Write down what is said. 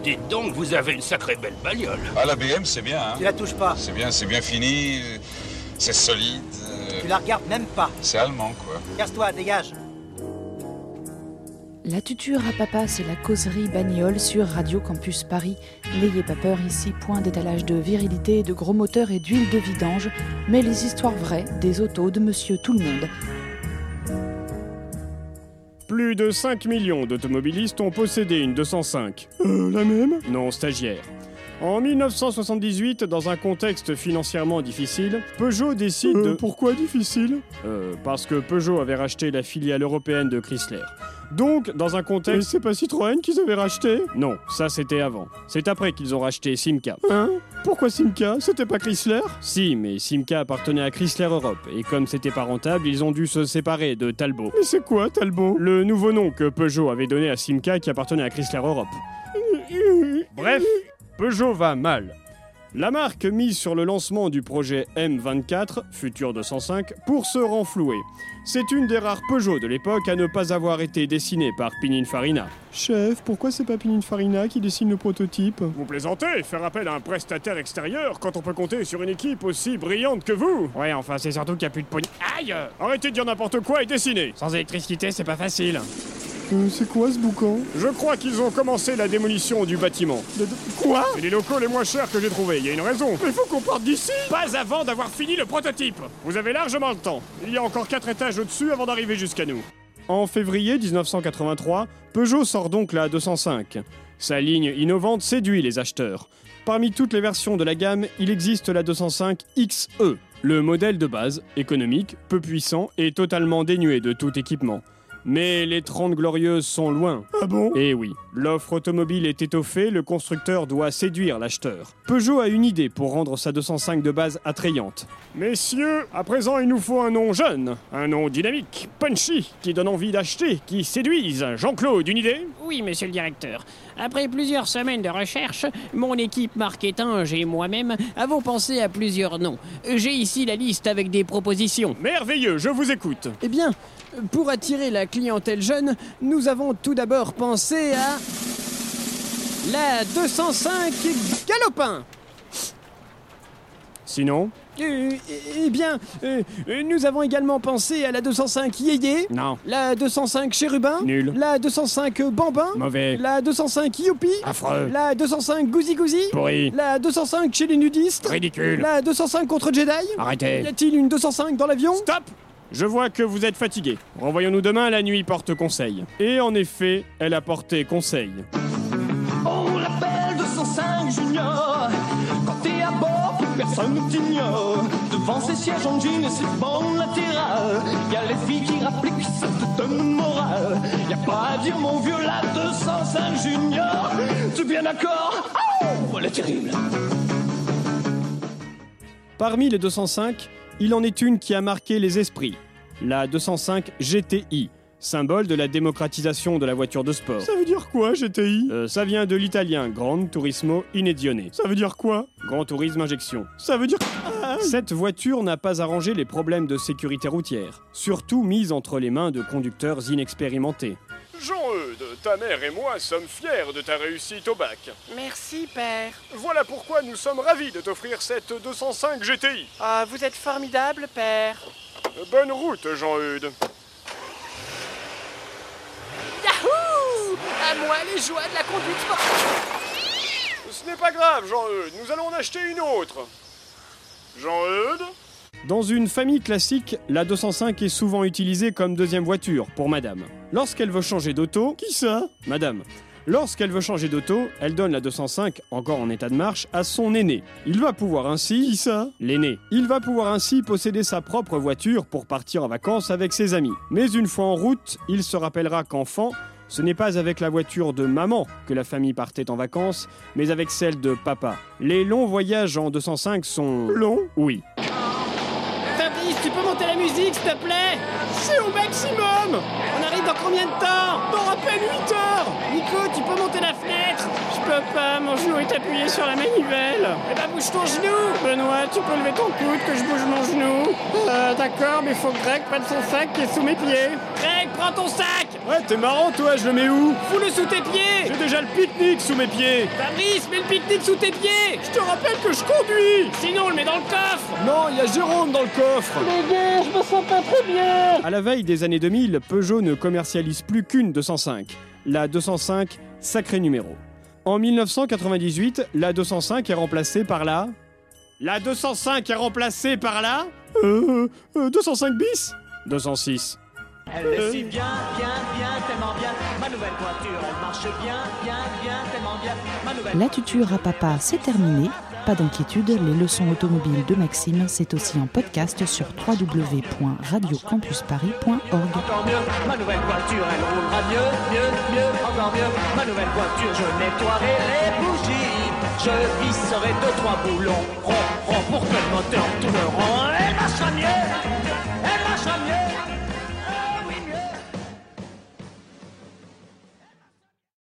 Dites donc, vous avez une sacrée belle bagnole. Ah, la BM, c'est bien, hein. Tu la touches pas. C'est bien fini, c'est solide. Tu la regardes même pas. C'est allemand, quoi. Casse-toi, dégage. La tuture à papa, c'est la causerie bagnole sur Radio Campus Paris. N'ayez pas peur ici, point d'étalage de virilité, de gros moteurs et d'huile de vidange, mais les histoires vraies des autos de Monsieur Tout-le-Monde. Plus de 5 millions d'automobilistes ont possédé une 205. La même ? Non, stagiaire. En 1978, dans un contexte financièrement difficile, Peugeot décide de... Pourquoi difficile ? Parce que Peugeot avait racheté la filiale européenne de Chrysler. Donc, dans un contexte... Et c'est pas Citroën qu'ils avaient racheté ? Non, ça c'était avant. C'est après qu'ils ont racheté Simca. Hein ? Pourquoi Simca ? C'était pas Chrysler ? Si, mais Simca appartenait à Chrysler Europe, et comme c'était pas rentable, ils ont dû se séparer de Talbot. Mais c'est quoi Talbot ? Le nouveau nom que Peugeot avait donné à Simca qui appartenait à Chrysler Europe. Bref, Peugeot va mal. La marque mise sur le lancement du projet M24, futur 205, pour se renflouer. C'est une des rares Peugeot de l'époque à ne pas avoir été dessinée par Pininfarina. Chef, pourquoi c'est pas Pininfarina qui dessine le prototype ? Vous plaisantez ? Faire appel à un prestataire extérieur quand on peut compter sur une équipe aussi brillante que vous ? Ouais, enfin, c'est surtout qu'il n'y a plus de pognon. Aïe ! Arrêtez de dire n'importe quoi et dessinez. Sans électricité, c'est pas facile. C'est quoi ce boucan ? Je crois qu'ils ont commencé la démolition du bâtiment. Quoi ? C'est les locaux les moins chers que j'ai trouvés, il y a une raison. Mais faut qu'on parte d'ici ! Pas avant d'avoir fini le prototype. Vous avez largement le temps. Il y a encore 4 étages au-dessus avant d'arriver jusqu'à nous. En février 1983, Peugeot sort donc la 205. Sa ligne innovante séduit les acheteurs. Parmi toutes les versions de la gamme, il existe la 205 XE, le modèle de base, économique, peu puissant et totalement dénué de tout équipement. Mais les 30 glorieuses sont loin. Ah bon ? Eh oui, l'offre automobile est étoffée, le constructeur doit séduire l'acheteur. Peugeot a une idée pour rendre sa 205 de base attrayante. Messieurs, à présent il nous faut un nom jeune, un nom dynamique, punchy, qui donne envie d'acheter, qui séduise. Jean-Claude, une idée ? Oui, monsieur le directeur. Après plusieurs semaines de recherche, mon équipe marketing et moi-même avons pensé à plusieurs noms. J'ai ici la liste avec des propositions. Merveilleux, je vous écoute. Eh bien, pour attirer la clientèle jeune, nous avons tout d'abord pensé à... la 205 Galopin. Sinon ? Nous avons également pensé à la 205 Yéyé. Non. La 205 Chérubin. Nul. La 205 Bambin. Mauvais. La 205 Youpi. Affreux. La 205 Gouzi Gouzi. Pourri. La 205 chez les nudistes. Ridicule. La 205 contre Jedi. Arrêtez. Y a-t-il une 205 dans l'avion ? Stop ! Je vois que vous êtes fatigué. Renvoyons-nous demain, la nuit porte conseil. Et en effet, elle a porté conseil. On l'appelle 205 Junior. Quand t'es à bord, plus personne ne t'ignore. Devant ses sièges en jean et ses bancs latérales, y'a les filles qui rappliquent, ça te donne le moral. Y'a pas à dire mon vieux, la 205 Junior. Tu es bien d'accord ? Oh, elle est terrible. Parmi les 205, il en est une qui a marqué les esprits. La 205 GTI, symbole de la démocratisation de la voiture de sport. Ça veut dire quoi, GTI ? Ça vient de l'italien Gran Turismo Inedione. Ça veut dire quoi ? Grand Tourisme Injection. Ça veut dire... Cette voiture n'a pas arrangé les problèmes de sécurité routière, surtout mise entre les mains de conducteurs inexpérimentés. Jean-Eudes, ta mère et moi sommes fiers de ta réussite au bac. Merci, père. Voilà pourquoi nous sommes ravis de t'offrir cette 205 GTI. Ah, vous êtes formidable, père. Bonne route, Jean-Eudes. Yahoo ! À moi les joies de la conduite sportive. Ce n'est pas grave, Jean-Eudes, nous allons en acheter une autre. Jean-Eudes ? Dans une famille classique, la 205 est souvent utilisée comme deuxième voiture pour madame. Lorsqu'elle veut changer d'auto... Qui ça ? Madame. Lorsqu'elle veut changer d'auto, elle donne la 205, encore en état de marche, à son aîné. Il va pouvoir ainsi... Qui ça ? L'aîné. Il va pouvoir ainsi posséder sa propre voiture pour partir en vacances avec ses amis. Mais une fois en route, il se rappellera qu'enfant, ce n'est pas avec la voiture de maman que la famille partait en vacances, mais avec celle de papa. Les longs voyages en 205 sont... Longs ? Oui. Fabrice, tu peux monter la musique, s'il te plaît ? C'est au maximum. On arrive dans combien de temps ? Dans à peine 8 heures. Nico, tu peux monter la fenêtre ? Je peux pas, mon genou est appuyé sur la manivelle. Eh ben bouge ton genou. Benoît, tu peux lever ton coude que je bouge mon genou. D'accord, mais faut que Greg prenne son sac qui est sous mes pieds. Greg, prends ton sac. Ouais, t'es marrant, toi, je le mets où? Fous-le sous tes pieds. J'ai déjà le pique-nique sous mes pieds. Fabrice, mets le pique-nique sous tes pieds. Je te rappelle que je conduis. Sinon, on le met dans le coffre. Non, il y a Jérôme dans le coffre. Les gars, je me sens pas très bien. À la veille des années 2000, Peugeot ne commercialise plus qu'une 205. La 205, sacré numéro. En 1998, la 205 est remplacée par la... La 205 est remplacée par la... 205 bis 206. Elle est si bien, tellement bien. Ma nouvelle voiture, elle marche bien, tellement bien. Ma nouvelle... La tuture à papa, c'est terminé. Pas d'inquiétude, les leçons automobiles de Maxime, c'est aussi en podcast sur www.radiocampusparis.org. Encore mieux, ma nouvelle voiture, elle roulera mieux, encore mieux. Ma nouvelle voiture, je nettoierai les bougies. Je visserai 2-3 boulons ronds pour que le moteur tourne rond. Elle marchera mieux,